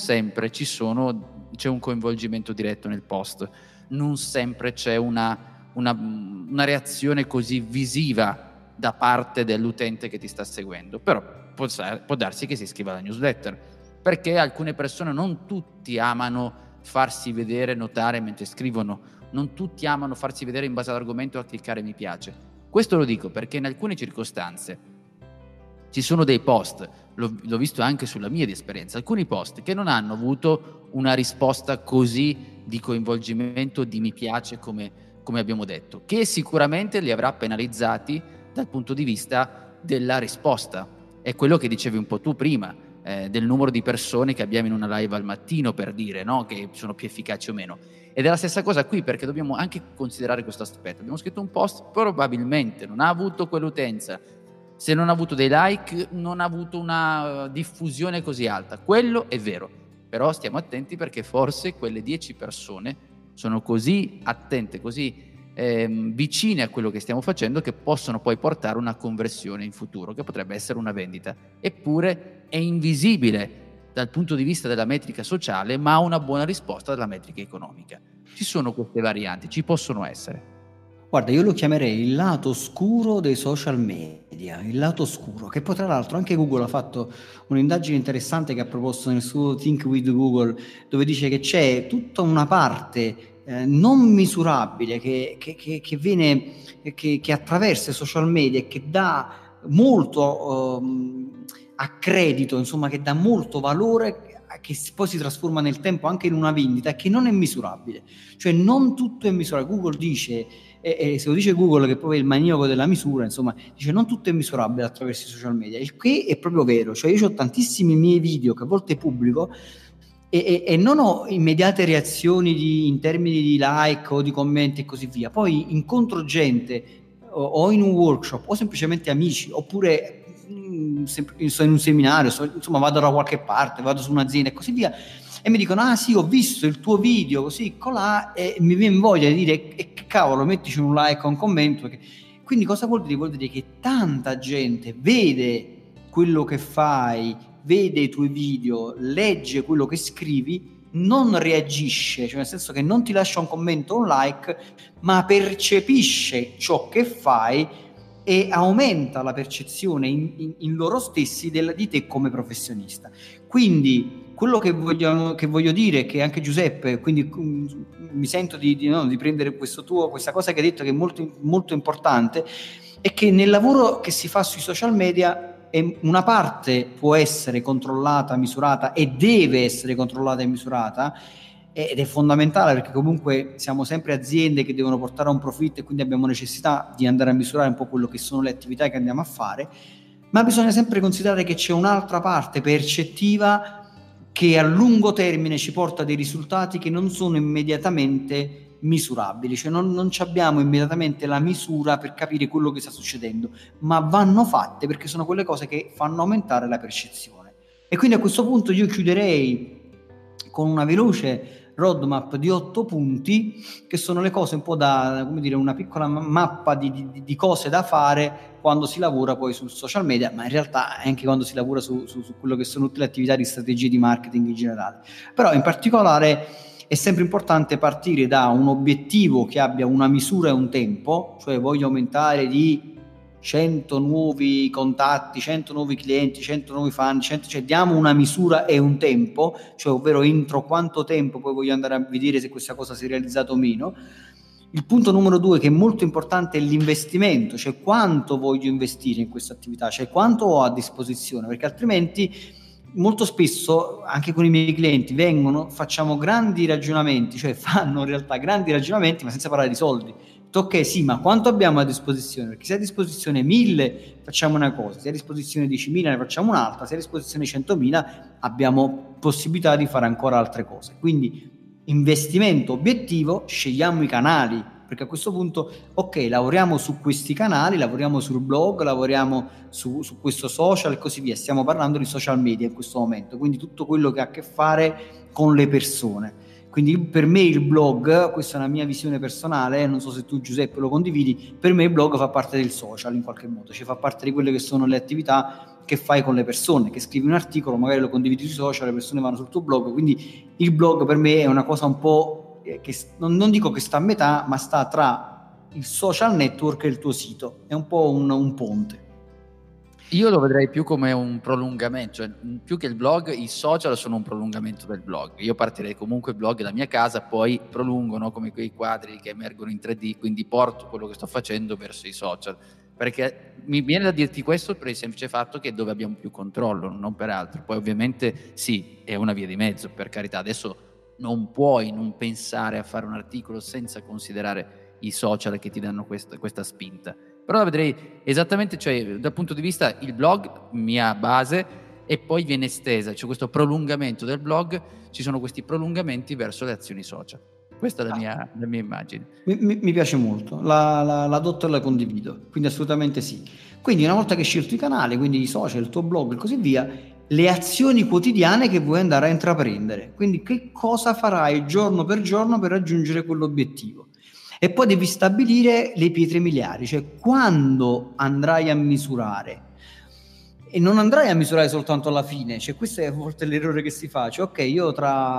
c'è un coinvolgimento diretto nel post, non sempre c'è una reazione così visiva da parte dell'utente che ti sta seguendo, però può darsi che si iscriva alla newsletter, perché alcune persone, non tutti amano farsi vedere, notare mentre scrivono, non tutti amano farsi vedere in base all'argomento e a cliccare mi piace. Questo lo dico perché in alcune circostanze ci sono dei post, l'ho visto anche sulla mia esperienza, alcuni post che non hanno avuto una risposta così di coinvolgimento, di mi piace come abbiamo detto, che sicuramente li avrà penalizzati dal punto di vista della risposta. È quello che dicevi un po' tu prima, del numero di persone che abbiamo in una live al mattino, per dire, no? Che sono più efficaci o meno. Ed è la stessa cosa qui, perché dobbiamo anche considerare questo aspetto. Abbiamo scritto un post, probabilmente non ha avuto quell'utenza, se non ha avuto dei like non ha avuto una diffusione così alta, quello è vero, però stiamo attenti perché forse quelle 10 persone sono così attente, così vicine a quello che stiamo facendo, che possono poi portare una conversione in futuro, che potrebbe essere una vendita. Eppure è invisibile dal punto di vista della metrica sociale, ma una buona risposta dalla metrica economica. Ci sono queste varianti, ci possono essere. Guarda, io lo chiamerei il lato oscuro dei social media, il lato oscuro, che poi tra l'altro anche Google ha fatto un'indagine interessante che ha proposto nel suo Think with Google, dove dice che c'è tutta una parte non misurabile che viene, che attraversa i social media e che dà molto accredito, insomma, che dà molto valore, che poi si trasforma nel tempo anche in una vendita e che non è misurabile. Cioè non tutto è misurabile. Google dice, e se lo dice Google, che poi è il maniaco della misura, insomma, dice non tutto è misurabile attraverso i social media, il che è proprio vero. Cioè io ho tantissimi miei video che a volte pubblico e non ho immediate reazioni in termini di like o di commenti e così via. Poi incontro gente o in un workshop o semplicemente amici, oppure sono in un seminario, insomma vado da qualche parte, vado su un'azienda e così via, e mi dicono sì, ho visto il tuo video così colà, e mi viene voglia di dire che cavolo, mettici un like o un commento. Quindi cosa vuol dire? Vuol dire che tanta gente vede quello che fai, vede i tuoi video, legge quello che scrivi, non reagisce, cioè nel senso che non ti lascia un commento o un like, ma percepisce ciò che fai e aumenta la percezione in loro stessi di te come professionista. Quindi quello che voglio dire, che anche Giuseppe, quindi mi sento di prendere questa cosa che hai detto, che è molto, molto importante, è che nel lavoro che si fa sui social media una parte può essere controllata, misurata, e deve essere controllata e misurata, ed è fondamentale, perché comunque siamo sempre aziende che devono portare a un profitto e quindi abbiamo necessità di andare a misurare un po' quello che sono le attività che andiamo a fare, ma bisogna sempre considerare che c'è un'altra parte percettiva che a lungo termine ci porta a dei risultati che non sono immediatamente misurabili, cioè non abbiamo immediatamente la misura per capire quello che sta succedendo, ma vanno fatte perché sono quelle cose che fanno aumentare la percezione. E quindi a questo punto io chiuderei con una veloce roadmap di 8 punti, che sono le cose un po' da, come dire, una piccola mappa di cose da fare quando si lavora poi sul social media, ma in realtà anche quando si lavora su quello che sono tutte le attività di strategie di marketing in generale. Però in particolare è sempre importante partire da un obiettivo che abbia una misura e un tempo, cioè voglio aumentare di 100 nuovi contatti, 100 nuovi clienti, 100 nuovi fan, cioè diamo una misura e un tempo, cioè ovvero entro quanto tempo poi voglio andare a vedere se questa cosa si è realizzata o meno. Il punto numero 2, che è molto importante, è l'investimento, cioè quanto voglio investire in questa attività, cioè quanto ho a disposizione, perché altrimenti molto spesso anche con i miei clienti facciamo grandi ragionamenti, cioè fanno in realtà grandi ragionamenti ma senza parlare di soldi. Ok, sì, ma quanto abbiamo a disposizione? Perché se a disposizione 1000 facciamo una cosa, se a disposizione 10.000 ne facciamo un'altra, se a disposizione 100.000 abbiamo possibilità di fare ancora altre cose. Quindi investimento, obiettivo, scegliamo i canali, perché a questo punto, ok, lavoriamo su questi canali, lavoriamo sul blog, lavoriamo su questo social e così via. Stiamo parlando di social media in questo momento, quindi tutto quello che ha a che fare con le persone. Quindi per me il blog, questa è una mia visione personale, non so se tu Giuseppe lo condividi, per me il blog fa parte del social in qualche modo, cioè fa parte di quelle che sono le attività che fai con le persone, che scrivi un articolo, magari lo condividi sui social, le persone vanno sul tuo blog, quindi il blog per me è una cosa un po' che non dico che sta a metà, ma sta tra il social network e il tuo sito, è un po' un ponte. Io lo vedrei più come un prolungamento, cioè più che il blog, i social sono un prolungamento del blog. Io partirei comunque il blog da mia casa, poi prolungo, no? Come quei quadri che emergono in 3D, quindi porto quello che sto facendo verso i social. Perché mi viene da dirti questo per il semplice fatto che è dove abbiamo più controllo, non per altro. Poi ovviamente sì, è una via di mezzo, per carità. Adesso non puoi non pensare a fare un articolo senza considerare i social che ti danno questa spinta. Però la vedrei esattamente, cioè dal punto di vista il blog, mia base, e poi viene estesa, c'è questo prolungamento del blog, ci sono questi prolungamenti verso le azioni social. Questa è la mia immagine. Mi piace molto, l'adotto e la condivido, quindi assolutamente sì. Quindi una volta che hai scelto i canali, quindi i social, il tuo blog e così via, le azioni quotidiane che vuoi andare a intraprendere, quindi che cosa farai giorno per giorno per raggiungere quell'obiettivo. E poi devi stabilire le pietre miliari, cioè quando andrai a misurare. e non andrai a misurare soltanto alla fine, cioè questo è a volte l'errore che si fa, cioè ok, io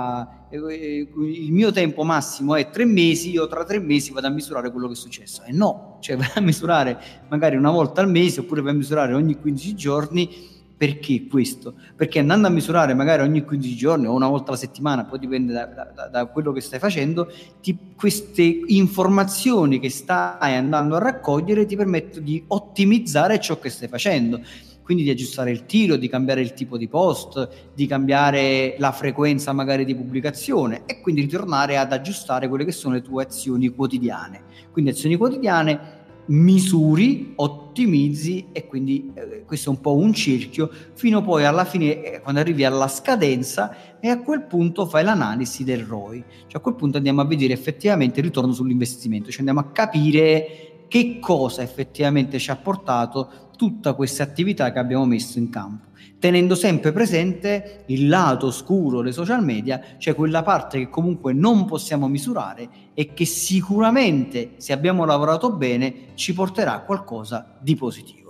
il mio tempo massimo è 3 mesi, io tra 3 mesi vado a misurare quello che è successo, e no, cioè vai a misurare magari una volta al mese, oppure vai a misurare ogni 15 giorni. Perché questo? Perché andando a misurare magari ogni 15 giorni o una volta alla settimana, poi dipende da quello che stai facendo, queste informazioni che stai andando a raccogliere ti permettono di ottimizzare ciò che stai facendo, quindi di aggiustare il tiro, di cambiare il tipo di post, di cambiare la frequenza magari di pubblicazione, e quindi ritornare ad aggiustare quelle che sono le tue azioni quotidiane. Quindi azioni quotidiane, misuri, ottimizzi, e quindi questo è un po' un cerchio fino poi alla fine, quando arrivi alla scadenza, e a quel punto fai l'analisi del ROI, cioè a quel punto andiamo a vedere effettivamente il ritorno sull'investimento, cioè andiamo a capire che cosa effettivamente ci ha portato tutta questa attività che abbiamo messo in campo, tenendo sempre presente il lato oscuro dei social media, cioè quella parte che comunque non possiamo misurare e che sicuramente, se abbiamo lavorato bene, ci porterà a qualcosa di positivo.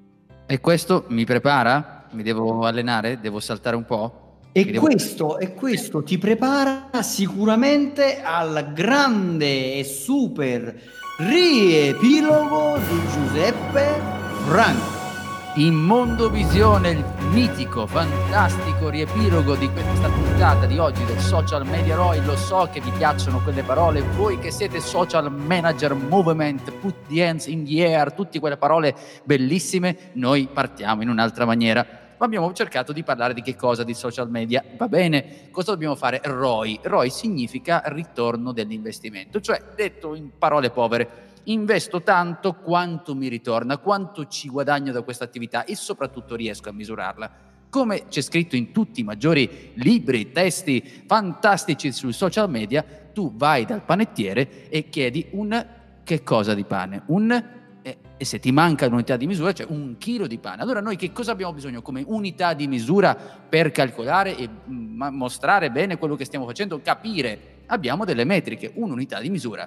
E questo mi prepara? Mi devo allenare? Devo saltare un po'? E questo ti prepara sicuramente al grande e super riepilogo di Giuseppe Franco. In Mondovisione, il mitico, fantastico riepilogo di questa puntata di oggi del Social Media ROI. Lo so che vi piacciono quelle parole, voi che siete social manager, movement, put the hands in the air, tutte quelle parole bellissime. Noi partiamo in un'altra maniera, ma abbiamo cercato di parlare di che cosa? Di social media. Va bene, cosa dobbiamo fare? ROI. ROI significa ritorno dell'investimento, cioè, detto in parole povere, investo tanto, quanto mi ritorna, quanto ci guadagno da questa attività e soprattutto riesco a misurarla. Come c'è scritto in tutti i maggiori libri, testi fantastici sui social media, tu vai dal panettiere e chiedi che cosa di pane? E se ti manca un'unità di misura, cioè 1 chilo di pane. Allora noi che cosa abbiamo bisogno come unità di misura per calcolare e mostrare bene quello che stiamo facendo, capire? Abbiamo delle metriche, un'unità di misura.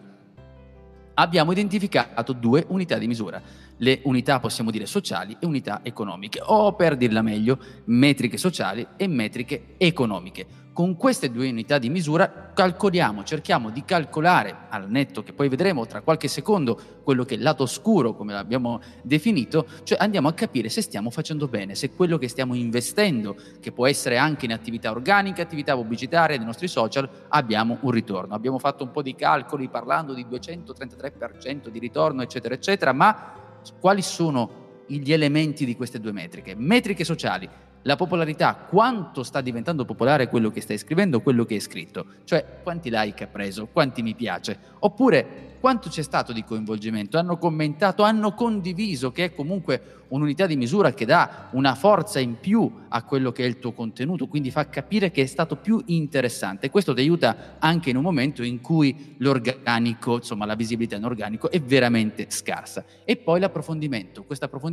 Abbiamo identificato 2 unità di misura, le unità possiamo dire sociali e unità economiche, o per dirla meglio, metriche sociali e metriche economiche. Con queste 2 unità di misura cerchiamo di calcolare, al netto che poi vedremo tra qualche secondo, quello che è il lato oscuro, come l'abbiamo definito, cioè andiamo a capire se stiamo facendo bene, se quello che stiamo investendo, che può essere anche in attività organiche, attività pubblicitarie dei nostri social, abbiamo un ritorno. Abbiamo fatto un po' di calcoli parlando di 233% di ritorno, eccetera, eccetera, ma quali sono gli elementi di queste 2 metriche? Metriche sociali. La popolarità, quanto sta diventando popolare quello che stai scrivendo, quello che hai scritto, cioè quanti like ha preso, quanti mi piace, oppure quanto c'è stato di coinvolgimento, hanno commentato, hanno condiviso, che è comunque un'unità di misura che dà una forza in più a quello che è il tuo contenuto, quindi fa capire che è stato più interessante. Questo ti aiuta anche in un momento in cui l'organico, insomma la visibilità in organico è veramente scarsa. E poi l'approfondimento,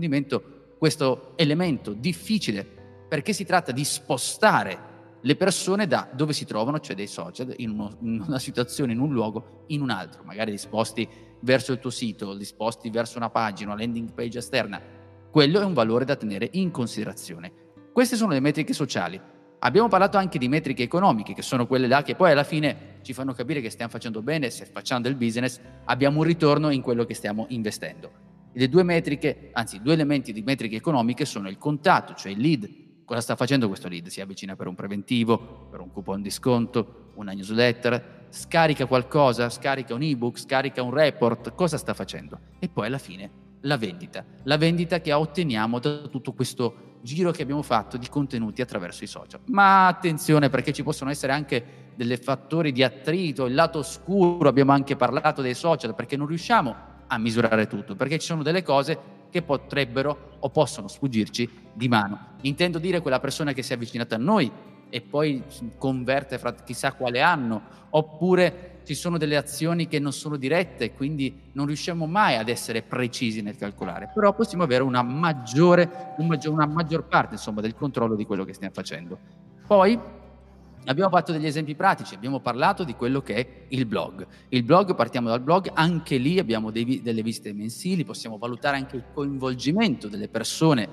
questo elemento difficile, perché si tratta di spostare le persone da dove si trovano, cioè dei social, in una situazione, in un luogo, in un altro. Magari li sposti verso il tuo sito, li sposti verso una pagina, una landing page esterna. Quello è un valore da tenere in considerazione. Queste sono le metriche sociali. Abbiamo parlato anche di metriche economiche, che sono quelle là che poi alla fine ci fanno capire che stiamo facendo bene, se facciamo del business abbiamo un ritorno in quello che stiamo investendo. Le 2 metriche, anzi 2 elementi di metriche economiche sono il contatto, cioè il lead. Cosa sta facendo questo lead? Si avvicina per un preventivo, per un coupon di sconto, una newsletter, scarica qualcosa, scarica un ebook, scarica un report, cosa sta facendo? E poi alla fine la vendita che otteniamo da tutto questo giro che abbiamo fatto di contenuti attraverso i social. Ma attenzione, perché ci possono essere anche dei fattori di attrito, il lato oscuro, abbiamo anche parlato dei social, perché non riusciamo a misurare tutto, perché ci sono delle cose che potrebbero o possono sfuggirci di mano. Intendo dire quella persona che si è avvicinata a noi e poi si converte fra chissà quale anno, oppure ci sono delle azioni che non sono dirette, quindi non riusciamo mai ad essere precisi nel calcolare, però possiamo avere una maggior parte, insomma, del controllo di quello che stiamo facendo. Poi abbiamo fatto degli esempi pratici, abbiamo parlato di quello che è il blog. Il blog, partiamo dal blog, anche lì abbiamo delle visite mensili, possiamo valutare anche il coinvolgimento delle persone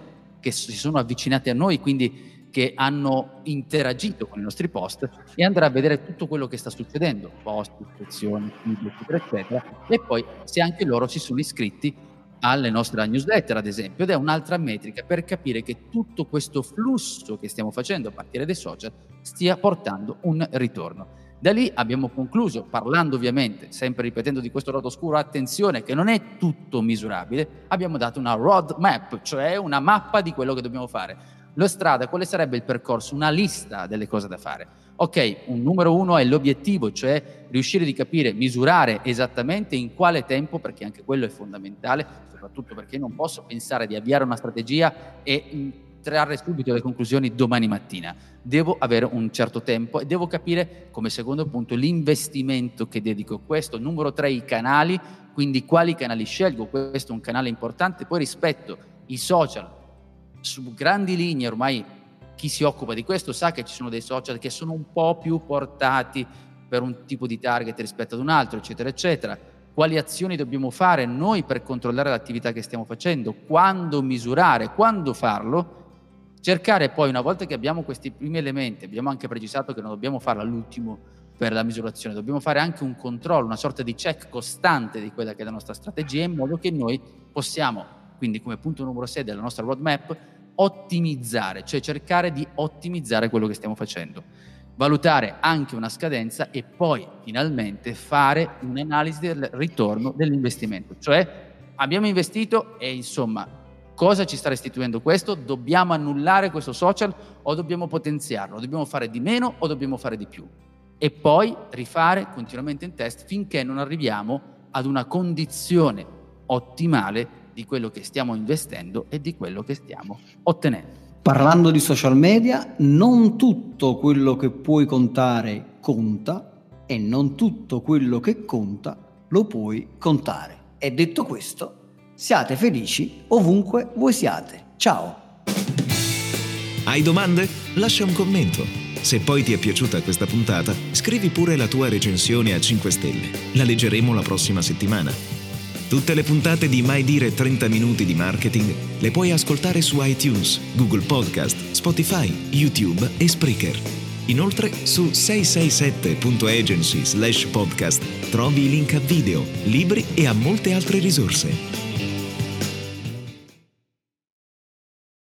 che si sono avvicinati a noi, quindi che hanno interagito con i nostri post, e andrà a vedere tutto quello che sta succedendo, post, iscrizioni, eccetera, eccetera, e poi se anche loro si sono iscritti alle nostre newsletter, ad esempio, ed è un'altra metrica per capire che tutto questo flusso che stiamo facendo a partire dai social stia portando un ritorno. Da lì abbiamo concluso, parlando ovviamente, sempre ripetendo di questo lato oscuro, attenzione che non è tutto misurabile, abbiamo dato una roadmap, cioè una mappa di quello che dobbiamo fare. La strada, quale sarebbe il percorso? Una lista delle cose da fare. Ok, un numero 1 è l'obiettivo, cioè riuscire di capire, misurare esattamente in quale tempo, perché anche quello è fondamentale, soprattutto perché non posso pensare di avviare una strategia e trarre subito le conclusioni domani mattina. Devo avere un certo tempo e devo capire, come secondo punto, l'investimento che dedico a questo. Numero 3, i canali, quindi quali canali scelgo. Questo è un canale importante. Poi rispetto i social, su grandi linee ormai chi si occupa di questo sa che ci sono dei social che sono un po' più portati per un tipo di target rispetto ad un altro, eccetera, eccetera. Quali azioni dobbiamo fare noi per controllare l'attività che stiamo facendo, quando misurare, quando farlo, cercare poi, una volta che abbiamo questi primi elementi, abbiamo anche precisato che non dobbiamo farlo all'ultimo per la misurazione, dobbiamo fare anche un controllo, una sorta di check costante di quella che è la nostra strategia, in modo che noi possiamo, quindi come punto numero 6 della nostra roadmap, ottimizzare, cioè cercare di ottimizzare quello che stiamo facendo, valutare anche una scadenza e poi finalmente fare un'analisi del ritorno dell'investimento, cioè abbiamo investito e insomma cosa ci sta restituendo questo, dobbiamo annullare questo social o dobbiamo potenziarlo, dobbiamo fare di meno o dobbiamo fare di più, e poi rifare continuamente in test finché non arriviamo ad una condizione ottimale di quello che stiamo investendo e di quello che stiamo ottenendo. Parlando di social media, non tutto quello che puoi contare conta e non tutto quello che conta lo puoi contare. E detto questo, siate felici ovunque voi siate. Ciao! Hai domande? Lascia un commento. Se poi ti è piaciuta questa puntata, scrivi pure la tua recensione a 5 stelle. La leggeremo la prossima settimana. Tutte le puntate di Mai Dire 30 Minuti di Marketing le puoi ascoltare su iTunes, Google Podcast, Spotify, YouTube e Spreaker. Inoltre su 667.agency/podcast trovi i link a video, libri e a molte altre risorse.